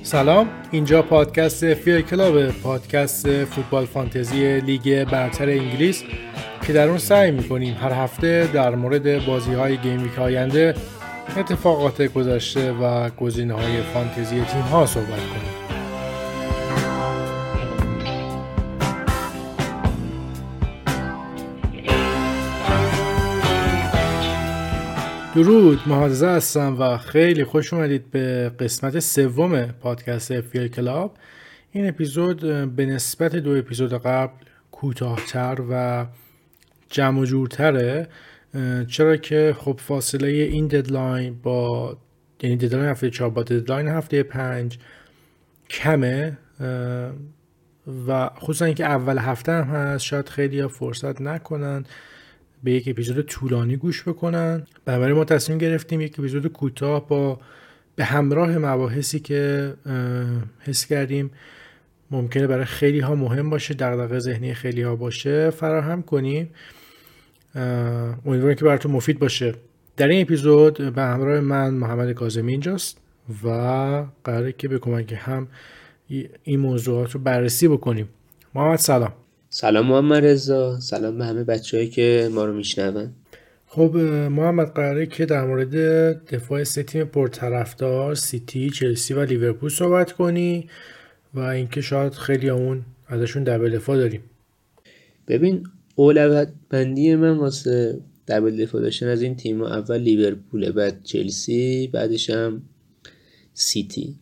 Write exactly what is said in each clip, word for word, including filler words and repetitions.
سلام، اینجا پادکست فیر کلاب، پادکست فوتبال فانتزی لیگ برتر انگلیس که در اون سعی میکنیم هر هفته در مورد بازی‌های گیم ویک آینده، اتفاقات گذشته و گزینه‌های فانتزی تیم‌ها صحبت کنیم. درود، محمد هستم و خیلی خوش اومدید به قسمت سوم پادکست فیر کلاب. این اپیزود به نسبت دو اپیزود قبل کوتاه‌تر و جمع و جورتره، چرا که خب فاصله این ددلاین با یعنی ددلاین هفته چهار با ددلاین هفته پنج کمه و خصوصا اینکه اول هفته هم هست، شاید خیلی ها فرصت نکنن به یک اپیزود طولانی گوش بکنن. بنابراین ما تصمیم گرفتیم یک اپیزود کوتاه با به همراه مباحثی که حس کردیم ممکنه برای خیلی ها مهم باشه، دغدغه ذهنی خیلی ها باشه، فراهم کنیم. امیدوارم که براتون مفید باشه. در این اپیزود به همراه من محمد کاظمی اینجاست و قراره که به کمک هم این موضوعات رو بررسی بکنیم. محمد سلام. سلام محمد رضا، سلام به همه بچه‌هایی که ما رو میشنون. خب محمد، قراره که در مورد دفاع سه تیم پرطرفدار سیتی، چلسی و لیورپول صحبت کنی و اینکه شاید خیلی همون ازشون دبل دفاع داریم. ببین، اولویت بندی من واسه دبل دفاع داشتن از این تیم‌ها اول لیورپول، بعد چلسی، بعدش هم سیتی.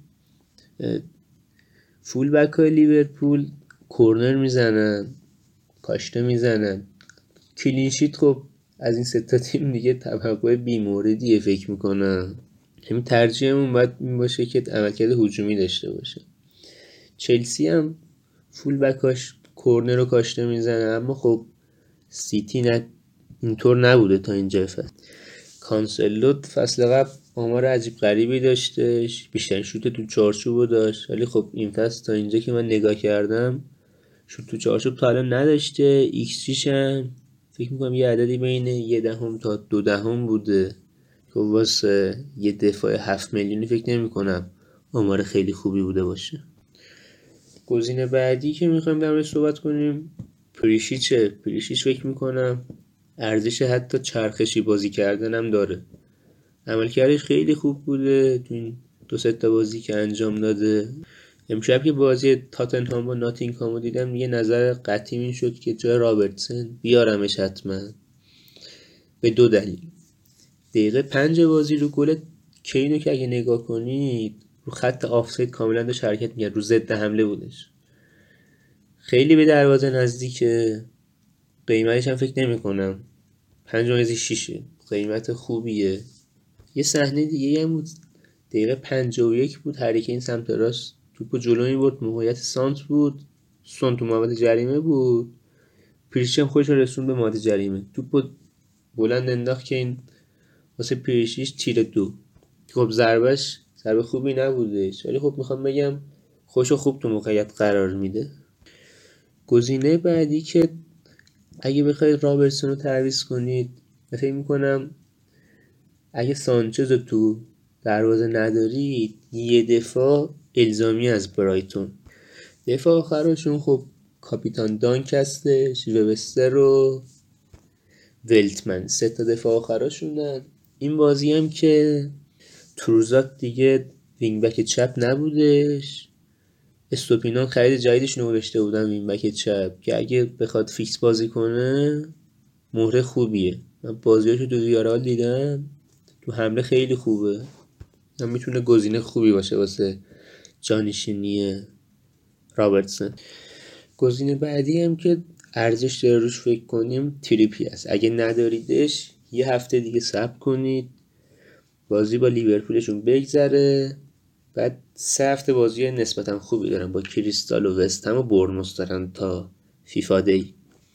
فول بک های لیورپول کورنر میزنن، کاشته میزنن، کلین شیت. خب از این سه تا تیم دیگه توقع بی‌موردیه فکر میکنم. همین ترجیحمون باید این باشه که عملکرد هجومی داشته باشه. چلسی هم فول بکاش کورنر و کاشته میزنه، اما خب سیتی نه اینطور نبوده تا اینجا فصل. کانسلو فصل قبل آمار عجیب غریبی داشتش، بیشتر شوت تو چارچوبو داشت، ولی خب این فصل تا اینجا که من نگاه کردم شوت تو چارچوب تا الان نداشته. ایکس جیش هم فکر میکنم یه عددی بین یه دهم تا دو دهم بوده که واسه یه دفاع هفت میلیونی فکر نمی کنم آمار خیلی خوبی بوده باشه. گزینه بعدی که میخوایم در مورد صحبت کنیم پریشیچه. پریشیچ فکر میکنم ارزش حتی چرخشی بازی کردن هم داره. عملکردش خیلی خوب بوده تو این دو سه تا بازی که انجام داده. امشب که بازی تاتنهام با ناتینگهام رو دیدم یه نظر قطعی این شد که جای رابرتسن بیارمش حتما، به دو دلیل. دقیقه پنج بازی رو گل کینو که اگه نگاه کنید رو خط آفساید کاملا داشت حرکت می‌کرد، رو ضد حمله بودش، خیلی به دروازه نزدیکه. قیمتش هم فکر نمی کنم پنج و شیشه، قیمت خوبیه. یه صحنه دیگه هم بود دقیقه پنجاه و یک بود، هریکین سمت راست توپو جلوی برد، موقعیت سانت بود، سون تو محوطه جریمه بود، پریشیچ هم خودش رسون به محوطه جریمه، توپو بلند انداخت که این واسه پریشیچ تیر دو. خب ضربش ضربه خوبی نبودش، ولی خب میخوام بگم خوشو خوب تو موقعیت قرار میده. گزینه بعدی که اگه بخواید رابرتسون رو تعویض کنید، من فکر میکنم اگه سانچز رو تو دروازه ندارید یه دفاع الزامی از برایتون. دفاع آخرشون خب کاپیتان دانک هستش، وبستر و ولتمن، سه تا دفاع آخرشونن. این بازی هم که تروزات دیگه وینگ بک چپ نبودش، استوپینان خرید جدیدش نوشته بودن وینگ بک چپ که اگه بخواد فیکس بازی کنه مهره خوبیه. من بازیاشو تو ویارال دیدم، تو حمله خیلی خوبه، هم میتونه گزینه خوبی باشه واسه جانشینی رابرتسون. گزینه بعدی هم که ارزش داره روش فکر کنیم تریپی است. اگه نداریدش یه هفته دیگه صبر کنید، بازی با لیورپولشون بگذره، بعد سه هفته بازی نسبتا خوبی دارن با کریستال و وستهم و بورنموث دارن تا فیفا دی.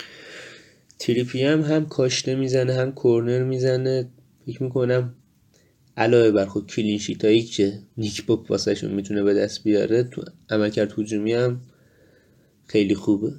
تریپی هم هم کاشته میزنه هم کورنر میزنه، فکر میکنم علاوه بر خود کلین شیتایی که نیک پاپ واسهشون میتونه به دست بیاره، تو عملکرد هجومی هم خیلی خوبه.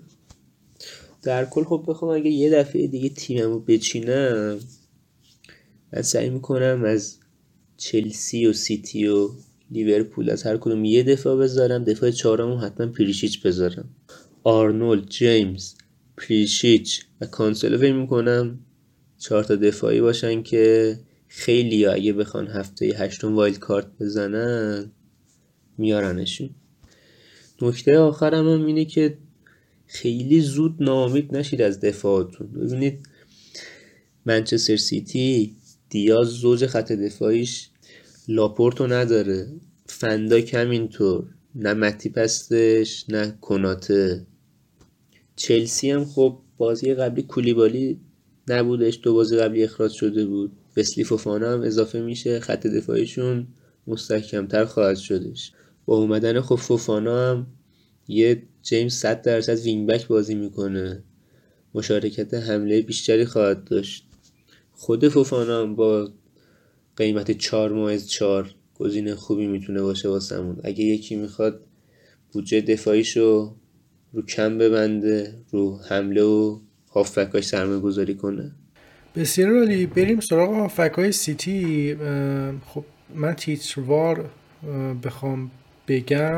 در کل خب بخوام اگه یه دفعه دیگه تیممو بچینم، من سعی میکنم از چلسی و سیتی و لیورپول از هر کدوم یه دفاع بذارم، دفاع چهارم حتما پریشیچ بذارم. آرنولد، جیمز، پریشیچ و کانسلو فکر میکنم چهار تا دفاعی باشن که خیلی اگه بخوان هفته هشتم وایلد کارت بزنن میارنشون. نکته آخرم هم اینه که خیلی زود ناامید نشید از دفاعتون. ببینید منچستر سیتی دیاز زوج خط دفاعیش لاپورتو نداره، فنداک همینطور، نه متیپ هستش نه کناته. چلسی هم خب بازی قبلی کولیبالی نبودش، دو بازی قبلی اخراج شده بود. وسلی فوفانا هم اضافه میشه، خط دفاعیشون مستحکمتر خواهد شدش. با اومدن خب فوفانا هم یه جیمز صد درصد وینگ بک بازی میکنه، مشارکت حمله بیشتری خواهد داشت. خود فوفانا هم با قیمت چهار ممیز چهار گزینه خوبی میتونه باشه واسمون. اگه یکی میخواد بودجه دفاعیشو رو کم ببنده، رو حمله و هافبکاش سرمایه گذاری کنه. بسیار عالی. بریم سراغ هافبک‌های سیتی. خب من تیتروار بخوام بگم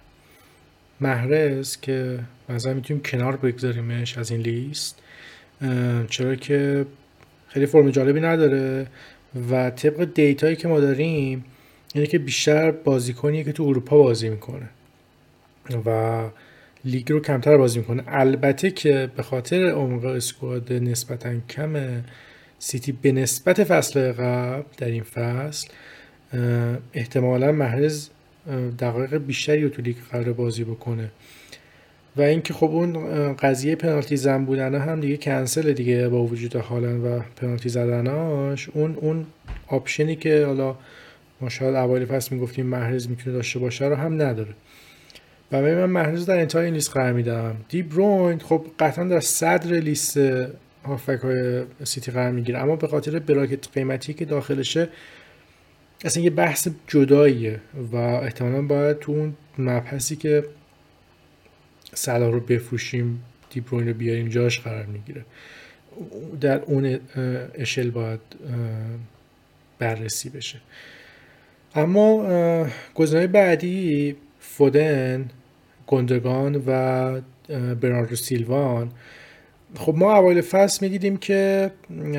محرز که مثلا میتونیم کنار بگذاریمش از این لیست، چرا که خیلی فرم جالبی نداره و طبق دیتایی که ما داریم اینه که بیشتر بازیکنیه که تو اروپا بازی میکنه و لیگ رو کمتر بازی میکنه. البته که به خاطر عمق اسکواد نسبتاً کم سیتی به نسبت فصل قبل در این فصل احتمالاً محرز دقایق بیشتری رو تو لیگ قرار بازی بکنه و اینکه خب اون قضیه پنالتی زن بودن هم دیگه کنسل دیگه با وجود هالند و پنالتی زدناش. اون اون آپشنی که حالا ما شاید اوایل فصل میگفتیم محرز میتونه داشته باشه رو هم نداره. و من محرز در انتهای این لیست قرار میدم. دی بروین خب قطعا در صدر لیست هافبک های سیتی قرار میگیره، اما به خاطر براکت قیمتی که داخلشه اصلا یه بحث جداییه و احتمالاً باید تو اون مبحثی که صلاح رو بفروشیم دی بروین رو بیاریم جاش قرار میگیره. در اون اشل باید بررسی بشه. اما گزینه‌های بعدی فودن، گوندوگان و برناردو سیلوان. خب ما اوایل فصل میدیدیم که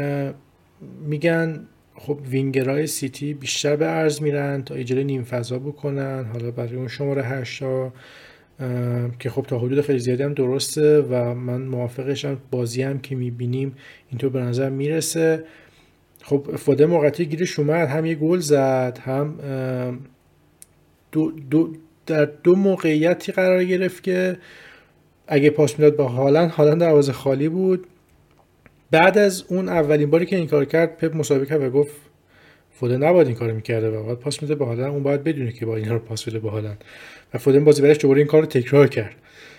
میگن خب وینگرهای سیتی بیشتر به عرض میرن تا ایجاد نیم فضا بکنن، حالا برای اون شماره هشتا که خب تا حدود خیلی زیادی هم درسته و من موافقشم. بازی هم که میبینیم اینطور به نظر میرسه. خب فودن موقعی گیرش اومد، هم یه گل زد، هم دو, دو در دو موقعیتی قرار گرفت که اگه پاس میداد به هالند، هالند دروازه خالی بود. بعد از اون اولین باری که این کار کرد پپ مسابقه کرد و گفت فودن نباید این کارو میکرده و باید پاس میده به هالند، اون باید بدونه که باید اینا رو پاس بده به هالند و فودن بازی بعدش دوباره این کارو تکرار کرد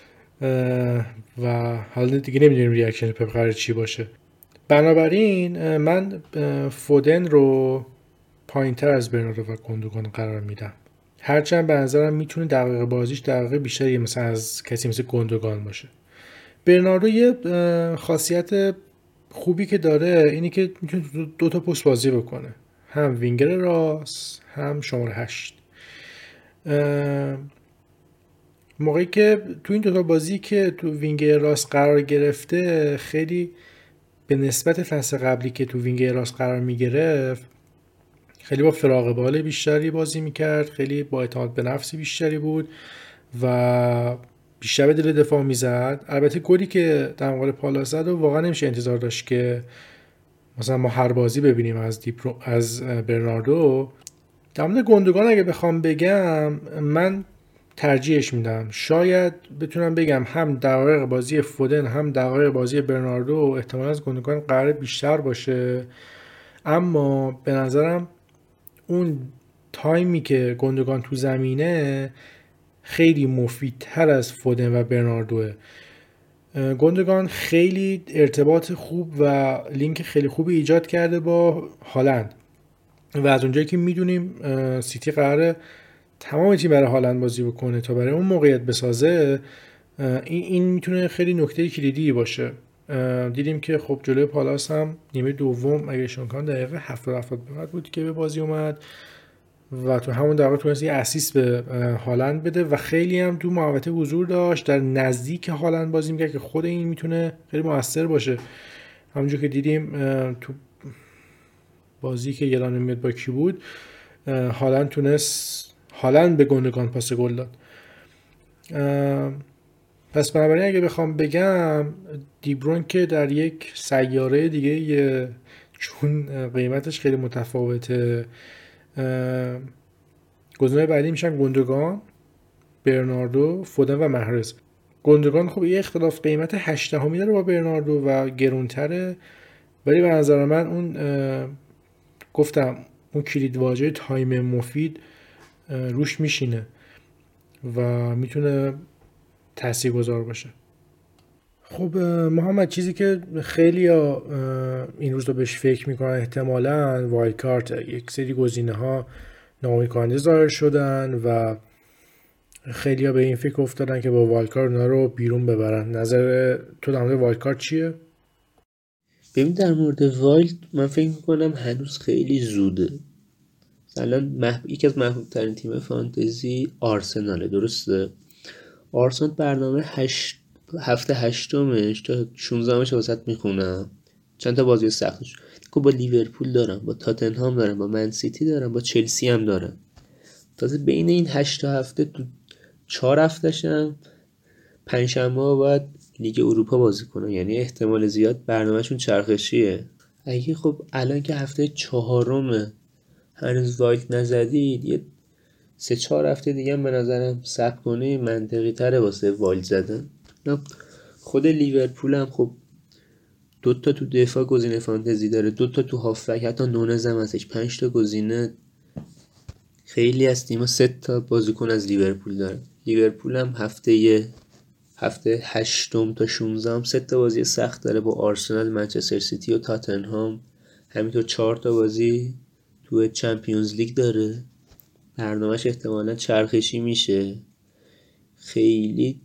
و حالا دیگه نمیدونیم ریاکشن پپ قرار چی باشه. بنابراین من فودن رو پایینتر از برناردو و گوندوگان قرار میدم، هرچند به نظرم میتونه دقیقه بازیش دقیقه بیشتری مثلا از کسی مثل گوندوگان باشه. برناردو یه خاصیت خوبی که داره اینی که میتونه دو تا پست بازی بکنه، هم وینگر راست هم شماره هشت. موقعی که تو این دو تا بازی که تو وینگر راست قرار گرفته، خیلی به نسبت فصل قبلی که تو وینگر راست قرار میگرفت خیلی با فراغ بال بیشتری بازی میکرد، خیلی با اعتماد به نفسی بیشتری بود و بیشتر به دل دفاع میزد. البته گلی که در مقابل پالاس زد و واقعا نمیشه انتظار داشت که مثلا ما هر بازی ببینیم از دیپرو از برناردو. در مورد گوندوگان اگه بخوام بگم، من ترجیحش میدم. شاید بتونم بگم هم دقایق بازی فودن هم دقایق بازی برناردو احتمالاً از گوندوگان قرار بیشتر باشه، اما به نظرم اون تایمی که گوندوگان تو زمینه خیلی مفیدتر از فودن و برناردوه. گوندوگان خیلی ارتباط خوب و لینک خیلی خوبی ایجاد کرده با هالند و از اونجایی که میدونیم سیتی قراره تمام تیم برای هالند بازی بکنه تا برای اون موقعیت بسازه، این این میتونه خیلی نکته کلیدی باشه. دیدیم که خب جلوی پالاس هم نیمه دوم اگه شونکان دقیقه هفتاد هفتاد بعد بود که به بازی اومد و تو همون دقیقه تونست یه اسیست به هالند بده و خیلی هم تو محوطه حضور داشت، در نزدیک هالند بازی میکرد که خود این میتونه خیلی موثر باشه. همونجور که دیدیم تو بازی که یادم نمیاد با کی بود، هالند تونست هالند به گوندوگان پاس گل داد. پس بنابراین اگه بخوام بگم دیبروین که در یک سیاره دیگه، چون قیمتش خیلی متفاوته، گزینه‌های بعدی میشن گوندوگان، برناردو، فودن و محرز. گوندوگان خب یه اختلاف قیمت هشتهمی داره با برناردو و گرونتره، ولی به نظر من اون گفتم اون کلید واژه تایم مفید روش میشینه و میتونه تاثیرگذار باشه. خب محمد، چیزی که خیلی این روزا بهش فکر میکنن احتمالاً وایلد کارت، یک سری گزینه ها ناامید کننده ظاهر شدن و خیلی ها به این فکر افتادن که با وایلد کارت اونا رو بیرون ببرن. نظر تو در مورد وایلد کارت چیه؟ ببین در مورد وایلد من فکر میکنم هنوز خیلی زوده. مثلا مح... یکی از محبوب ترین تیم فانتزی آرسناله، درسته؟ آرسنال برنامه هشت... هفته هشتمش تا شانزدهمش واسط میخونم، چند تا بازی سختش که با لیورپول دارم، با تاتنهام دارم، با من سیتی دارم، با چلسی هم دارم. تازه بین این هشت تا هفته تو چهار هفتهشم پنجشنبه باید لیگ اروپا بازی کنن، یعنی احتمال زیاد برنامهشون چرخشیه. اگه خب الان که هفته چهارمه هنوز وایلد نزدید، یه سه چهار هفته دیگه هم به نظرم صبر کنه منطقی تره واسه وایلد زدن. خود لیورپول هم خب دوتا تو دفاع گزینه فانتزی داره، دوتا تو هافبک، حتی نونز هم هستش، پنج تا گزینه. خیلی از تیم‌ها سه تا بازیکن از لیورپول داره. لیورپول هم هفته یه هفته هشتم تا شانزدهم هم سه تا بازی سخت داره با آرسنال، منچستر سیتی و تاتنهام. همینطور چهار تا بازی تو چمپیونز لیگ داره. برنامه‌اش احتمالاً چرخشی میشه. خیلی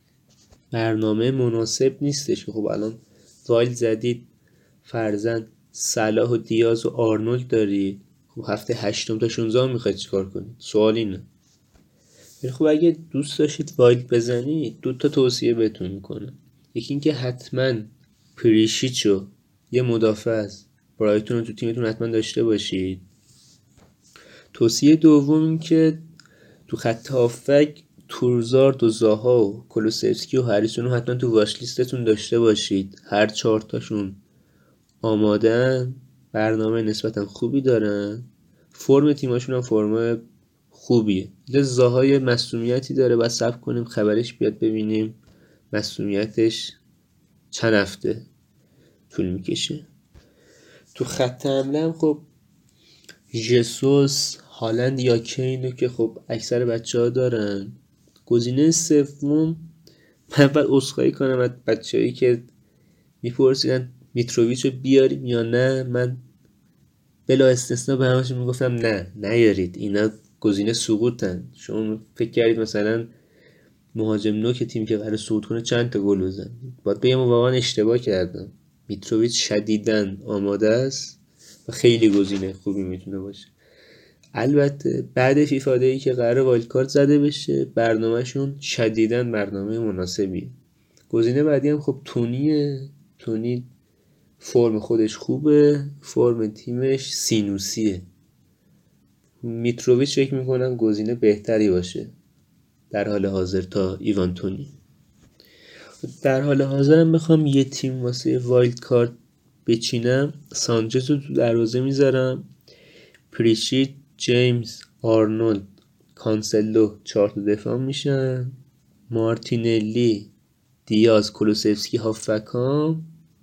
برنامه مناسب نیستش که خب الان وایلد زدید، فرضاً صلاح و دیاز و آرنولد دارید، خب هفته هشتم تا شانزدهم میخواید چیکار کنید؟ سوال اینه. ولی خب اگه دوست داشتید وایلد بزنید، دو تا توصیه بهتون میکنم. یکی این که حتما پریشیچو، یه مدافع از برایتون رو تو تیمتون حتما داشته باشید. توصیه دوم این که تو خط هافک تورزارد و زاها و کلوسفسکی و هریسون رو حتما تو واش لیستتون داشته باشید. هر چهار تاشون آمادن، برنامه نسبتا خوبی دارن، فرم تیماشون هم فرم خوبیه. یه زاهای مصونیتی داره، باید صبر کنیم خبرش بیاد ببینیم مصونیتش چند هفته طول میکشه. تو خط حمله هم خب ژسوس، هالند یا کینو که خب اکثر بچه ها دارن. گزینه سوم من باید عذرخواهی کنم از بچه‌هایی که میپرسیدن میتروویچ رو بیاریم یا نه. من بلا استثنا به همشون میگفتم نه نیارید، اینا گزینه سقوطن. شما فکر کردید مثلا مهاجم نوک تیم که قراره صعود کنه چند تا گل بزنه؟ باید بگم واقعا اشتباه کردم. میتروویچ شدیداً آماده است و خیلی گزینه خوبی میتونه باشه. البته بعد فیفا دی که قراره وایلد کارت زده بشه، برنامهشون شدیداً برنامه مناسبیه. گزینه بعدی هم خب تونیه. تونی فرم خودش خوبه، فرم تیمش سینوسیه. میتروویچ فکر میکنم گزینه بهتری باشه در حال حاضر تا ایوان تونی. در حال حاضرم بخوام یه تیم واسه وایلد کارت بچینم، سانچز رو تو دروازه میذارم، پریشیت، جیمز، آرنولد، کانسلو چهار تا دفاع میشن، مارتینلی، دیاز، کلوسفسکی هافبکام،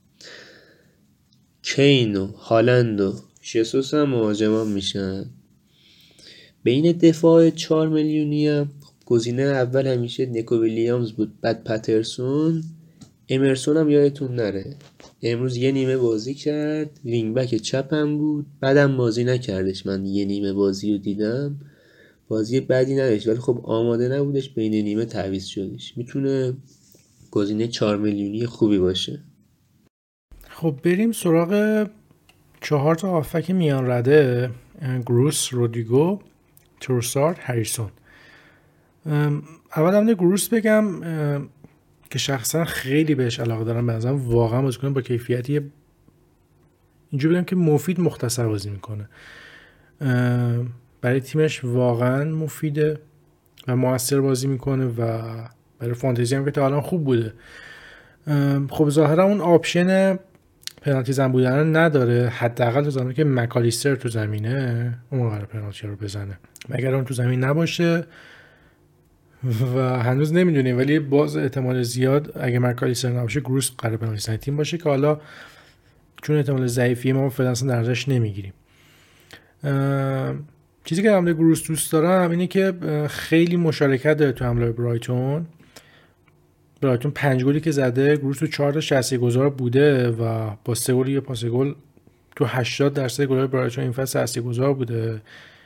کین و هالند و ژسوس هم مهاجمان میشن. بین دفاع چهار میلیونی هم گزینه اول همیشه نیکو ویلیامز بود، بعد پترسون. امرسون هم یادتون نره امروز یه نیمه بازی کرد، وینگ بک چپ هم بود، بعدم بازی نکردش. من یه نیمه بازی رو دیدم، بازی بدی نداشت ولی خب آماده نبودش، بین نیمه تعویض شدش. میتونه گزینه چهار میلیونی خوبی باشه. خب بریم سراغ چهار تا هافک میان رده. گروس، رودریگو، تروسارد، هریسون. اول در مورد گروس بگم که شخصا خیلی بهش علاقه دارم. به نظرم واقعا بازیکن با کیفیتیه. اینجوری بگم که مفید مختصر بازی میکنه، برای تیمش واقعا مفیده و موثر بازی میکنه و برای فانتزی هم که تا الان خوب بوده. خب ظاهرا اون آپشن پنالتی زن بودن نداره، حداقل تا زمانی که مکالیستر تو زمینه اون قرار پنالتی رو بزنه. مگر اون تو زمین نباشه و هنوز نمیدونیم، ولی باز احتمال زیاد اگه مکالیستر نباشه گروس قرار پنالتی زن تیم باشه که حالا چون احتمال ضعیفیه ما فعلا اصلا درجهش نمیگیریم. چیزی که در مورد گروس دوست دارم اینه که خیلی مشارکت داره تو حمله برایتون. برایتون پنج گلی که زده، گروس تو چهار تا شصت گذار بوده و با سه گل یه پاس گل تو هشتاد درصد گل‌های برایتون این فصل شصت گذار بوده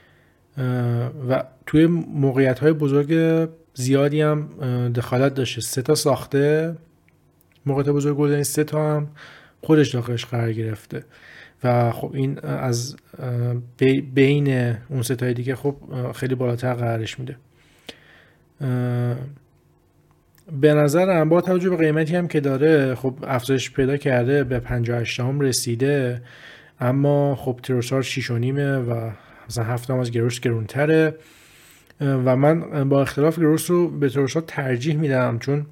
و توی موقعیت‌های بزرگ زیادی هم دخالت داشته. سه تا ساخته موقعیت بزرگ گل، این سه تا هم خودش داخلش قرار گرفته و خب این از بین اون سه تای دیگه خب خیلی بالاتر قرارش میده. به نظرم با توجه به قیمتی هم که داره خب افزایش پیدا کرده، به پنجاه و هشت هم رسیده، اما خب تروسارد شش و نیمه و مثلا هفت هم از گروس گرونتره و من با اختلاف گروس رو به تروسارد ترجیح میدم، چون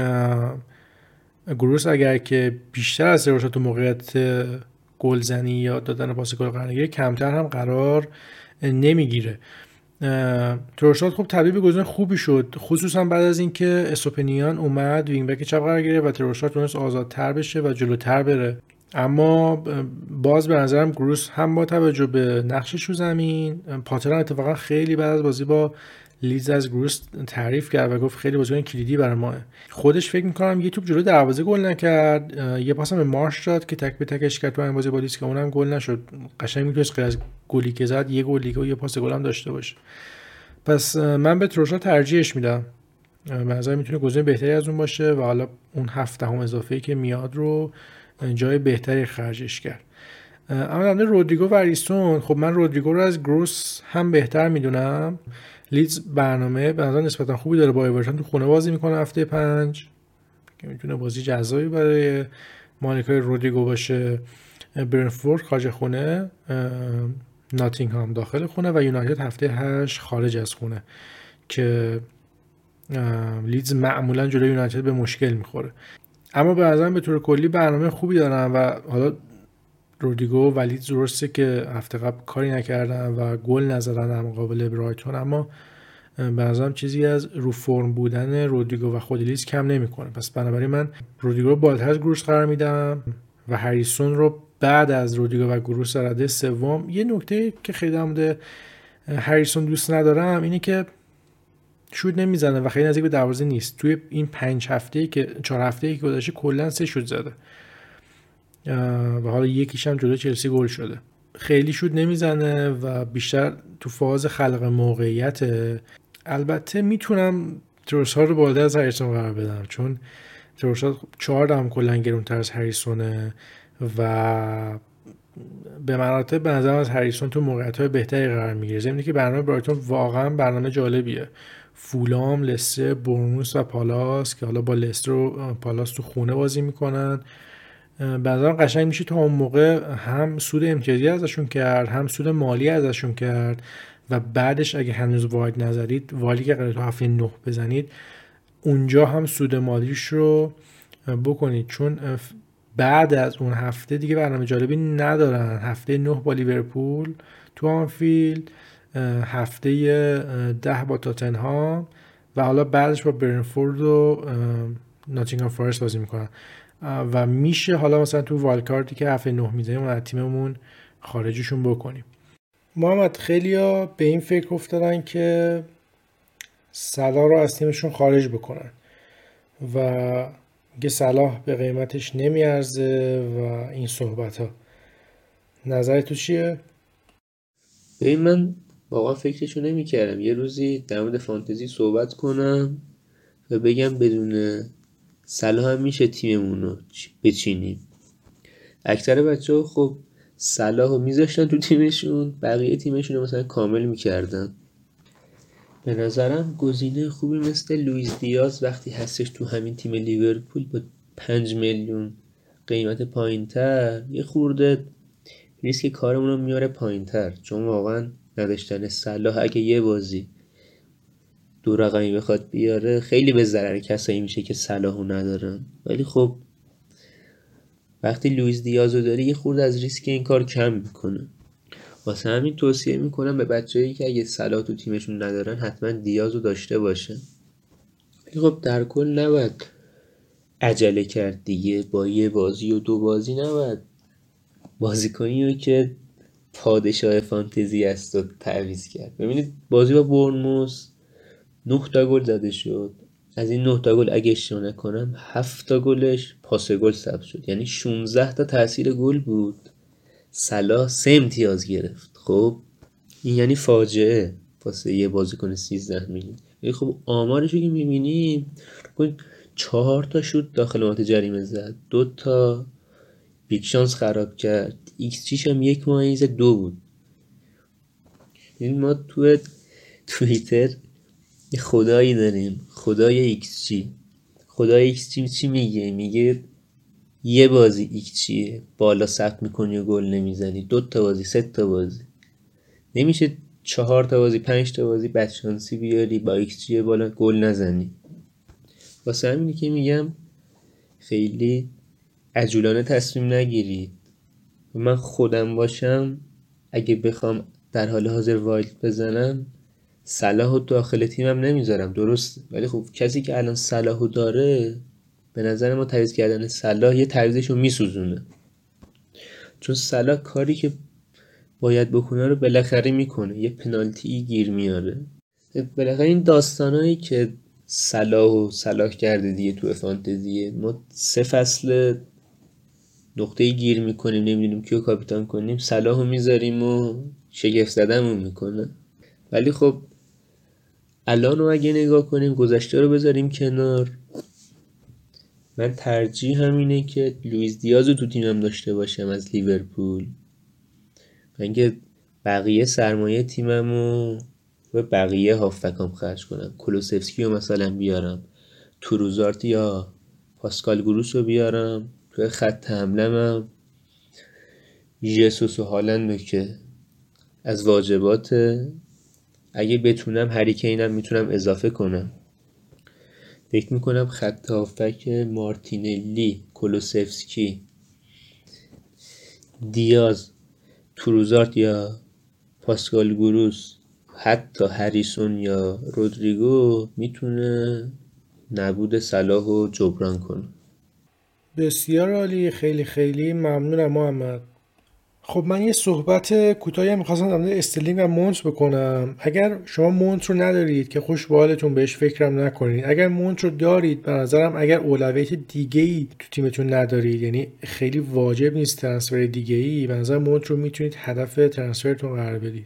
گروس اگر که بیشتر از تروسارد تو موقعیت گلزنی یا دادن پاس گل قرار نگیره کمتر هم قرار نمیگیره. تروسارد خب طبیعی گزینه خوبی شد، خصوصا بعد از اینکه استوپنیان اومد وینگ بک چپ قرار گرفت و تروسارد تونست آزادتر بشه و جلوتر بره. اما باز به نظرم گروس هم با توجه به نقشش رو زمین، پاتر هم اتفاقا خیلی بعد از بازی با لیدز از گروس تعریف کرد و گفت خیلی بازیکن کلیدی برای ما. خودش فکر می‌کنم یه توپ جلو دروازه گل نکرد، یه پاس هم به مارش داد که تک به تکش کرد تو این بازی با لیدز که اونم گل نشد. قشنگ میتونست غیر از گلی که زد یه گل دیگه و یه پاس گل هم داشته باشه. پس من به تروسارد ترجیحش میدم، به نظر میتونه گزینه بهتری از اون باشه و حالا اون هفته هم اضافه‌ای که میاد رو جای بهتری خرجش کرد. اما در مورد رودریگو و هریسون، خب من رودریگو رو از گروس هم بهتر میدونم. لیدز برنامه به نظر نسبتا خوبی داره، با ایورتون تو خونه بازی میکنه هفته پنج که میتونه بازی جذابی برای مالکای رودریگو باشه. برنفورد خارج خونه، ناتینگهام داخل خونه و یونایتد هفته هشت خارج از خونه که لیدز معمولا جلوی یونایتد به مشکل میخوره. اما به نظرم به طور کلی برنامه خوبی دارن و حالا رودریگو و لیدز درسته که هفته قبل کاری نکردن و گل نزدن در مقابل برایتون، اما به نظرم چیزی از رو فرم بودن رودریگو و خود لیدز کم نمیکنه. پس بنابراین من رودریگو رو بالاتر از گروس قرار میدم و هریسون رو بعد از رودریگو و گروس در رده سوم. یه نکته که خیلی در مورد هریسون دوست ندارم اینه که شوت نمیزنه و خیلی نزدیک به دروازه نیست. توی این پنج هفته‌ای که چهار هفته‌ای که گذشته کلا سه شوت زده و حالا یکیش هم جلوی چلسی گل شده. خیلی شوت نمیزنه و بیشتر تو فاز خلق موقعیت. البته میتونم تروسارد رو بالاتر از هریسون قرار بدم، چون تروسارد چهار دهم کلا گرونتر از هریسونه و به مراتب به نظرم از هریسون تو موقعیت‌های بهتری قرار میگیره. ضمن که برنامه برایتون واقعا برنامه جالبیه. فولام، لستر، بورنموث و پالاس که حالا با لستر و پالاس تو خونه بازی میکنن. به نظرم قشنگ میشه تو اون موقع هم سود امتیازی ازشون کرد، هم سود مالی ازشون کرد و بعدش اگه هنوز واید نذارید، والی که قراره تو هفته نه بزنید، اونجا هم سود مالیش رو بکنید، چون بعد از اون هفته دیگه برنامه جالبی ندارن. هفته نه با لیورپول تو آنفیلد، هفته ده با تاتنهام و حالا بعدش با برنفورد و ناتینگهام فارست بازی میکنن و میشه حالا مثلا تو والکاردی که هفته نه میزنیم از تیممون خارجشون بکنیم. محمد خیلیا به این فکر افتادن که صلاح رو از تیمشون خارج بکنن و که صلاح به قیمتش نمیارزه و این صحبت ها. نظر تو چیه؟ ببین من واقعا فکرشو نمی کردم یه روزی در مورد فانتزی صحبت کنم و بگم بدون صلاح هم میشه تیممون رو بچینیم. اکثر بچه ها خب صلاح رو میذاشتن تو تیمشون، بقیه تیمشون رو مثلا کامل میکردن. به نظرم گزینه خوبی مثل لوئیس دیاز وقتی هستش تو همین تیم لیورپول با پنج میلیون قیمت پایینتر یه خورده ریسک کارمون رو میاره پایینتر، چون واقعا نداشتن صلاح اگه یه بازی دو رقمی بخواد بیاره خیلی به ضرر کسایی میشه که صلاحو ندارن. ولی خب وقتی لوئیس دیازو داری یه خورده از ریسک این کار کم میکنه. واسه همین توصیه میکنم به بچه‌ای که اگه صلاح تو تیمشون ندارن حتما دیازو داشته باشه. ولی خب در کل نباید عجله کرد دیگه، با یه بازی و دو بازی نباید بازیکنی رو که پادشاه فانتزی است و تعویض کرد. ببینید بازی با برنموث نه تا گل زده شد، از این نه تا گل اگه اشتباه نکنم هفت تا گلش پاس گل ثبت شد، یعنی شانزده تا تاثیر گل بود. صلاح سه امتیاز گرفت. خب این یعنی فاجعه واسه یه بازیکن سیزده میلیون. یعنی خب آمارشو که میبینیم چهار تا شوت داخل منطقه جریمه زد، دو تا بیگ شانس خراب کرد، ایکس جیش هم یک ممیز دو بود. این ما تو توییتر یه خدایی داریم، خدای ایکس جی. خدای ایکس جی چی میگه؟ میگه یه بازی ایکس جیه بالا ثبت میکنی و گل نمیزنی، دو تا بازی سه تا بازی نمیشه، چهار تا بازی پنج تا بازی بدشانسی بیاری با ایکس جی بالا گل نزنی. واسه همینی که میگم خیلی عجولانه تصمیم نگیرید. من خودم باشم اگه بخوام در حال حاضر وایلد بزنم صلاحو داخل تیمم نمیذارم، درست، ولی خب کسی که الان صلاحو داره به نظر ما تعویض کردن صلاح یه تعویضشو میسوزونه، چون صلاح کاری که باید بکنه رو بالاخره میکنه، یه پنالتی گیر میاره. بالاخره این داستانایی که صلاح و صلاح کرده دیگه تو فانتزیه، ما سه فصل نقطه گیر میکنیم نمیدونیم کیو کاپیتان کنیم، صلاحو میذاریم و شگفت زدمون میکنه. ولی خب الان رو اگه نگاه کنیم گذشته رو بذاریم کنار، من ترجیح همینه که لوئیس دیازو تو تیمم داشته باشم از لیورپول، من که بقیه سرمایه تیممو و بقیه هافبکام خرج کنم، کولوسفسکی رو مثلا بیارم، تروزارت یا پاسکال گروس رو بیارم توی خط حمله‌ام، ژسوس و هالند که از واجبات اگه بتونم هری کینم میتونم اضافه کنم. فکر میکنم خط هافبک مارتینلی، کولوسفسکی، دیاز، تروزارت یا پاسکال گروس، حتی هریسون یا رودریگو میتونه نبود صلاح رو جبران کنه. بسیار عالی، خیلی خیلی ممنونم محمد. خب من یه صحبت کوتاهی می‌خواستم در مورد استرلینگ و مونت بکنم. اگر شما مونت رو ندارید که خوش به حالتون، بهش فکرم نکنید. اگر مونت رو دارید به نظرم اگر اولویت دیگه‌ای تو تیمتون ندارید، یعنی خیلی واجب نیست ترنسفر دیگه‌ای، به نظر مونت رو میتونید هدف ترنسفرتون قرار بدید.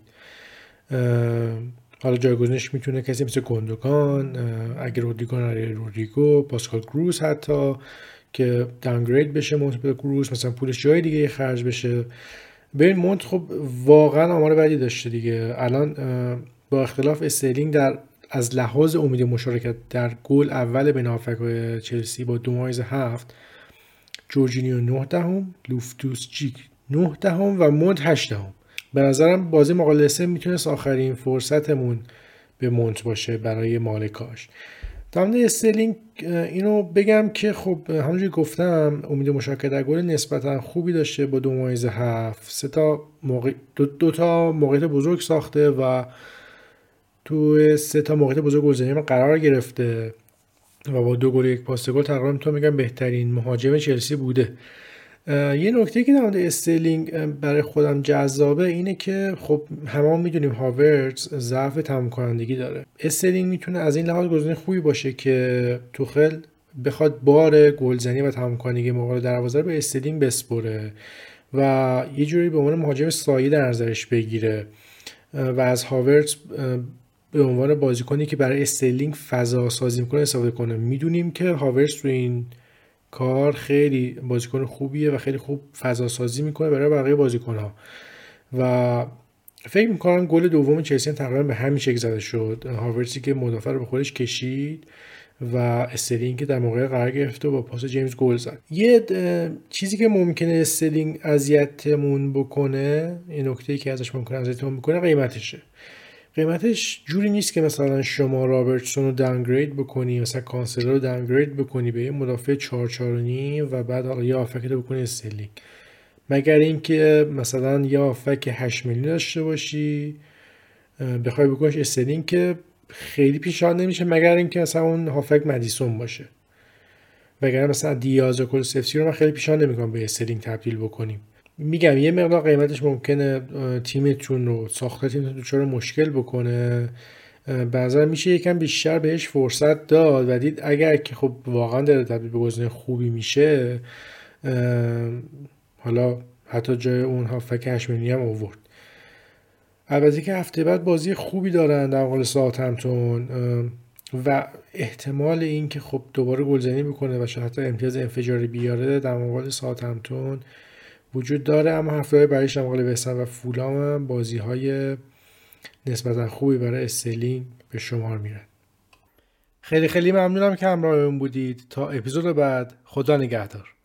حالا جایگزینش میتونه کسی مثل گوندوگان، اگر رودریگو نره رودریگو، پاسکال گروس حتی که داونگرید بشه مونت به گروس، مثلا پولش جای دیگه خرج بشه. ببین مونت خب واقعا آمار بدی داشته دیگه. الان با اختلاف استرلینگ در از لحاظ امید مشارکت در گل اول بین هافبک‌های چلسی با دو ممیز هفت، جورجینیو نه دهم، لوفتوس چیک نه دهم و مونت هشت دهم. به نظرم بازی مقایسه میتونست آخرین فرصتمون به مونت باشه برای مالکاش. در مورد استرلینگ اینو بگم که خب همونجوری گفتم امید مشارکت در گل نسبتا خوبی داشته با دو ممیز هفت، سه تا موقع دو, دو تا موقعیت بزرگ ساخته و تو سه تا موقعیت بزرگ گلزنی من قرار گرفته و با دو گل یک پاس گل تقریبا میتونم بگم بهترین مهاجم چلسی بوده. یه نکته که در مورد استرلینگ برای خودم جذابه اینه که خب همه میدونیم هاورتز ضعف تمام کنندگی داره. استرلینگ میتونه از این لحاظ گزینه خوبی باشه که توخل بخواد بار گلزنی و تمام کنندگی مقابل دروازه رو به استرلینگ بسپره و یه جوری به عنوان مهاجم سایه در نظرش بگیره و از هاورتز به عنوان بازیکنی که برای استرلینگ فضا سازی میکنه استفاده کنه. میدونیم که هاورتز تو این کار خیلی بازیکن خوبیه و خیلی خوب فضا سازی میکنه برای بقیه بازیکن‌ها و فکر میکنم گل دوم چلسی تقریبا به همین شکل زده شد. هاورتزی که مدافع رو به خودش کشید و استرلینگ که در موقع قرار گرفت و با پاس جیمز گل زد. یه چیزی که ممکنه استرلینگ اذیتمون بکنه، این نکته‌ای که ازش ممکنه اذیتمون بکنه، قیمتشه. قیمتش جوری نیست که مثلا شما رابرتسون رو داونگرید بکنی، مثلا کانسلر رو داونگرید بکنی به یه مدافع چهار چهار و نیم و بعد حالا یه هافک رو بکنی استرلینگ، مگر اینکه مثلا یه هافک هشت میلیون داشته باشی بخوای بکنیش استرلینگ، که خیلی پیشنهاد نمیشه مگر اینکه مثلا اون هافک مدیسون باشه. وگرنه مثلا دیاز و کولوسفسکی رو من خیلی پیشنهاد نمیکنم به استرلینگ تبدیل بکنیم. میگم یه مقدار قیمتش ممکنه تیمتون رو، ساخت تیمتون رو دچار مشکل بکنه. به نظر میشه یکم بیشتر بهش فرصت داد و دید اگر که خب واقعا داره تبدیل به گزینه خوبی میشه، حالا حتی جای اون هافک هشت میلیونی هم آورد. البته که هفته بعد بازی خوبی دارن در مقابل ساوثهمپتون و احتمال این که خب دوباره گلزنی بکنه و شاید حتی امتیاز انفجاری بیاره در مقابل ساوثهمپتون وجود داره. اما هفته بعدش در مقابل وستهم و فولام هم بازی‌های نسبتا خوبی برای استرلینگ به شمار میره. خیلی خیلی ممنونم که همراهمون بودید. تا اپیزود بعد، خدا نگهدار.